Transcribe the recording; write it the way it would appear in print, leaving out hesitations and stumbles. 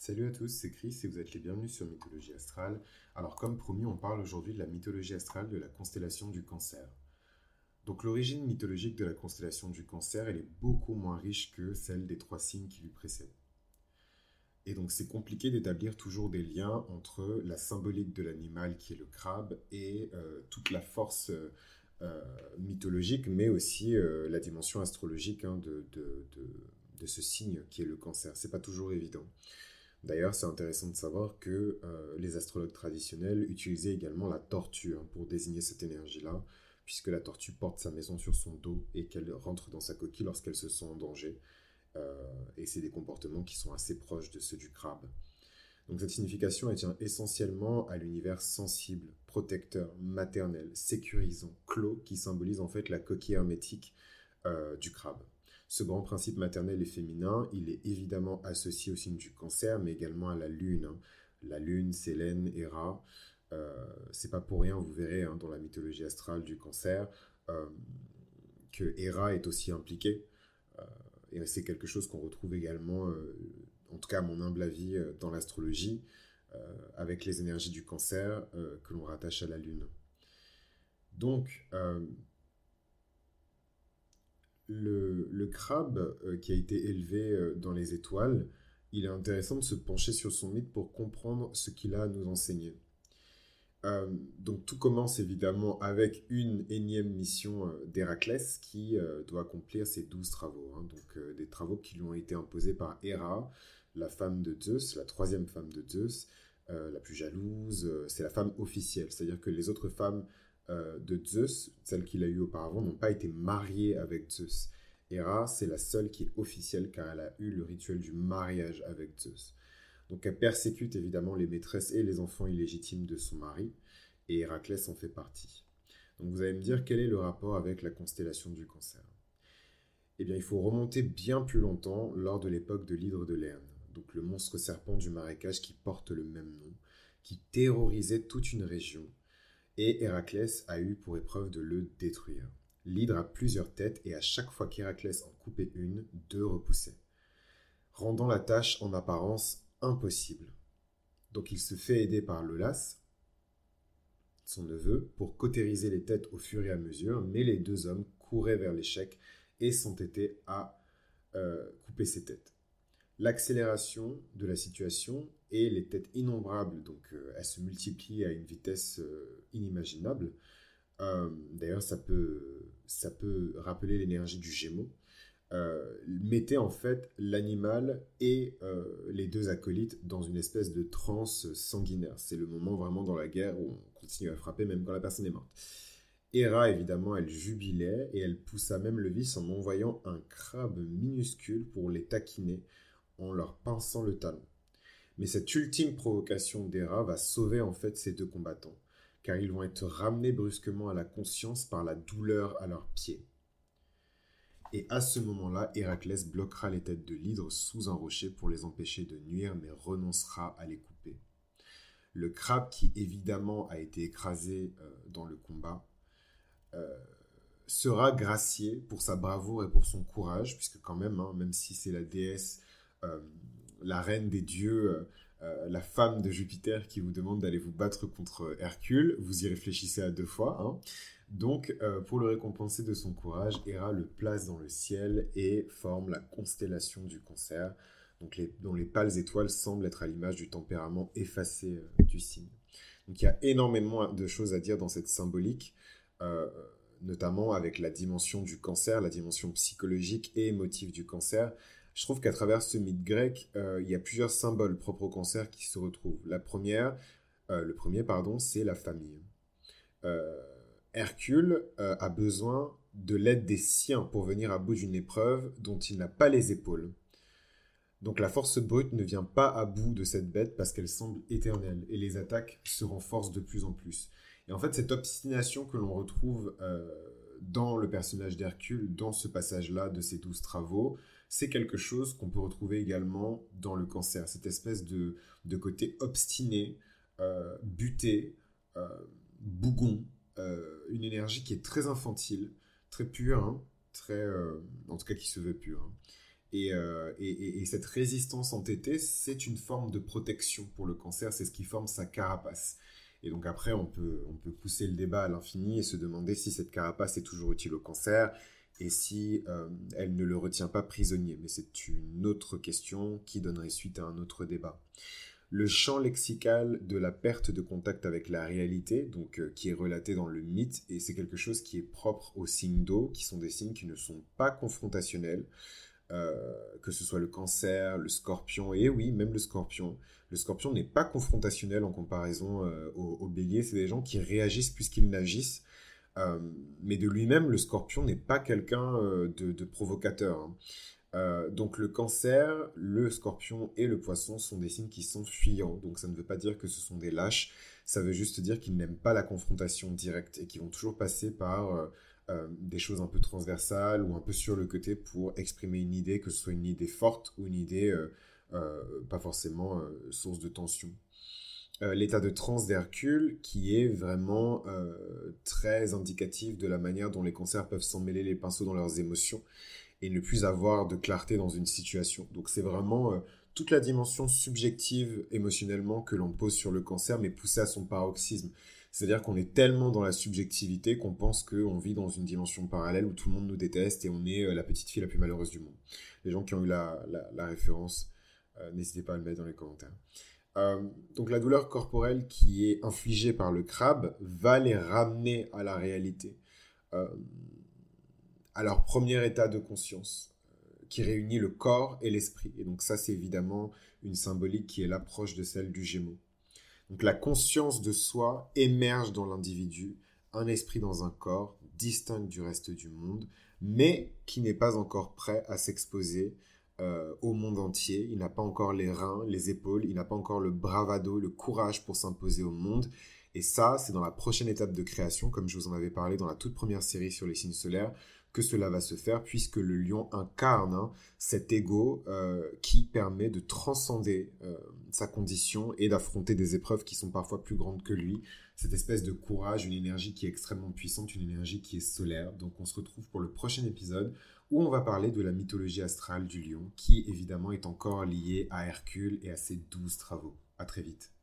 Salut à tous, c'est Chris et vous êtes les bienvenus sur Mythologie Astrale. Alors comme promis, on parle aujourd'hui de la mythologie astrale de la constellation du Cancer. Donc l'origine mythologique de la constellation du Cancer, elle est beaucoup moins riche que celle des trois signes qui lui précèdent. Et donc c'est compliqué d'établir toujours des liens entre la symbolique de l'animal qui est le crabe et toute la force mythologique, mais aussi la dimension astrologique de ce signe qui est le Cancer. C'est pas toujours évident. D'ailleurs, c'est intéressant de savoir que les astrologues traditionnels utilisaient également la tortue pour désigner cette énergie-là, puisque la tortue porte sa maison sur son dos et qu'elle rentre dans sa coquille lorsqu'elle se sent en danger. Et c'est des comportements qui sont assez proches de ceux du crabe. Donc cette signification, elle tient essentiellement à l'univers sensible, protecteur, maternel, sécurisant, clos, qui symbolise en fait la coquille hermétique du crabe. Ce grand principe maternel et féminin, il est évidemment associé au signe du Cancer, mais également à la Lune. La Lune, Sélène, Héra. C'est pas pour rien, vous verrez dans la mythologie astrale du Cancer, que Héra est aussi impliquée. Et c'est quelque chose qu'on retrouve également, en tout cas à mon humble avis, dans l'astrologie, avec les énergies du Cancer que l'on rattache à la Lune. Donc, le crabe qui a été élevé dans les étoiles, il est intéressant de se pencher sur son mythe pour comprendre ce qu'il a à nous enseigner. Donc tout commence évidemment avec une énième mission d'Héraclès qui doit accomplir ses 12 travaux. Donc des travaux qui lui ont été imposés par Héra, la femme de Zeus, la troisième femme de Zeus, la plus jalouse, c'est la femme officielle. C'est-à-dire que les autres femmes de Zeus, celles qu'il a eues auparavant, n'ont pas été mariées avec Zeus. Héra, c'est la seule qui est officielle car elle a eu le rituel du mariage avec Zeus. Donc elle persécute évidemment les maîtresses et les enfants illégitimes de son mari, et Héraclès en fait partie. Donc vous allez me dire quel est le rapport avec la constellation du Cancer. Eh bien il faut remonter bien plus longtemps lors de l'époque de l'hydre de Lerne, donc le monstre serpent du marécage qui porte le même nom, qui terrorisait toute une région, et Héraclès a eu pour épreuve de le détruire. L'hydre a plusieurs têtes et à chaque fois qu'Héraclès en coupait une, deux repoussaient, rendant la tâche en apparence impossible. Donc il se fait aider par Lolas, son neveu, pour cautériser les têtes au fur et à mesure, mais les deux hommes couraient vers l'échec et s'entêtaient à couper ces têtes. L'accélération de la situation et les têtes innombrables, donc elles se multiplient à une vitesse inimaginable. D'ailleurs, ça peut rappeler l'énergie du Gémeaux. Mettait en fait l'animal et les deux acolytes dans une espèce de transe sanguinaire. C'est le moment vraiment dans la guerre où on continue à frapper même quand la personne est morte. Héra, évidemment, elle jubilait et elle poussa même le vice en envoyant un crabe minuscule pour les taquiner en leur pinçant le talon. Mais cette ultime provocation d'Héra va sauver en fait ces deux combattants, car ils vont être ramenés brusquement à la conscience par la douleur à leurs pieds. Et à ce moment-là, Héraclès bloquera les têtes de l'hydre sous un rocher pour les empêcher de nuire, mais renoncera à les couper. Le crabe, qui évidemment a été écrasé dans le combat, sera gracié pour sa bravoure et pour son courage, puisque quand même, même si c'est la déesse, la reine des dieux, la femme de Jupiter qui vous demande d'aller vous battre contre Hercule, vous y réfléchissez à deux fois. Donc, pour le récompenser de son courage, Héra le place dans le ciel et forme la constellation du Cancer, donc dont les pâles étoiles semblent être à l'image du tempérament effacé du signe. Donc, il y a énormément de choses à dire dans cette symbolique, notamment avec la dimension du Cancer, la dimension psychologique et émotive du Cancer. Je trouve qu'à travers ce mythe grec, il y a plusieurs symboles propres au Cancer qui se retrouvent. Le premier, c'est la famille. Hercule a besoin de l'aide des siens pour venir à bout d'une épreuve dont il n'a pas les épaules. Donc la force brute ne vient pas à bout de cette bête parce qu'elle semble éternelle et les attaques se renforcent de plus en plus. Et en fait, cette obstination que l'on retrouve dans le personnage d'Hercule, dans ce passage-là de ses 12 travaux, c'est quelque chose qu'on peut retrouver également dans le Cancer. Cette espèce de côté obstiné, buté, bougon, une énergie qui est très infantile, très pure, très, en tout cas qui se veut pure. Et cette résistance entêtée, c'est une forme de protection pour le cancer, c'est ce qui forme sa carapace. Et donc après, on peut pousser le débat à l'infini et se demander si cette carapace est toujours utile au cancer et si elle ne le retient pas prisonnier. Mais c'est une autre question qui donnerait suite à un autre débat. Le champ lexical de la perte de contact avec la réalité, donc qui est relaté dans le mythe, et c'est quelque chose qui est propre aux signes d'eau, qui sont des signes qui ne sont pas confrontationnels, que ce soit le cancer, le scorpion, et oui, même le scorpion. Le scorpion n'est pas confrontationnel en comparaison au bélier, c'est des gens qui réagissent plus qu'ils n'agissent. Mais de lui-même, le scorpion n'est pas quelqu'un de provocateur, hein. Donc le cancer, le scorpion et le poisson sont des signes qui sont fuyants. Donc ça ne veut pas dire que ce sont des lâches, ça veut juste dire qu'ils n'aiment pas la confrontation directe et qu'ils vont toujours passer par des choses un peu transversales ou un peu sur le côté pour exprimer une idée, que ce soit une idée forte ou une idée pas forcément source de tension. L'état de transe d'Hercule, qui est vraiment très indicatif de la manière dont les cancers peuvent s'emmêler les pinceaux dans leurs émotions et ne plus avoir de clarté dans une situation. Donc c'est vraiment toute la dimension subjective émotionnellement que l'on pose sur le cancer, mais poussée à son paroxysme. C'est-à-dire qu'on est tellement dans la subjectivité qu'on pense qu'on vit dans une dimension parallèle où tout le monde nous déteste et on est la petite fille la plus malheureuse du monde. Les gens qui ont eu la référence, n'hésitez pas à le mettre dans les commentaires. Donc la douleur corporelle qui est infligée par le crabe va les ramener à la réalité. À leur premier état de conscience, qui réunit le corps et l'esprit. Et donc ça, c'est évidemment une symbolique qui est l'approche de celle du Gémeaux. Donc la conscience de soi émerge dans l'individu, un esprit dans un corps, distinct du reste du monde, mais qui n'est pas encore prêt à s'exposer au monde entier. Il n'a pas encore les reins, les épaules, il n'a pas encore le bravado, le courage pour s'imposer au monde. Et ça, c'est dans la prochaine étape de création, comme je vous en avais parlé dans la toute première série sur les signes solaires, que cela va se faire, puisque le lion incarne cet ego qui permet de transcender sa condition et d'affronter des épreuves qui sont parfois plus grandes que lui. Cette espèce de courage, une énergie qui est extrêmement puissante, une énergie qui est solaire. Donc on se retrouve pour le prochain épisode où on va parler de la mythologie astrale du lion, qui évidemment est encore liée à Hercule et à ses 12 travaux. À très vite.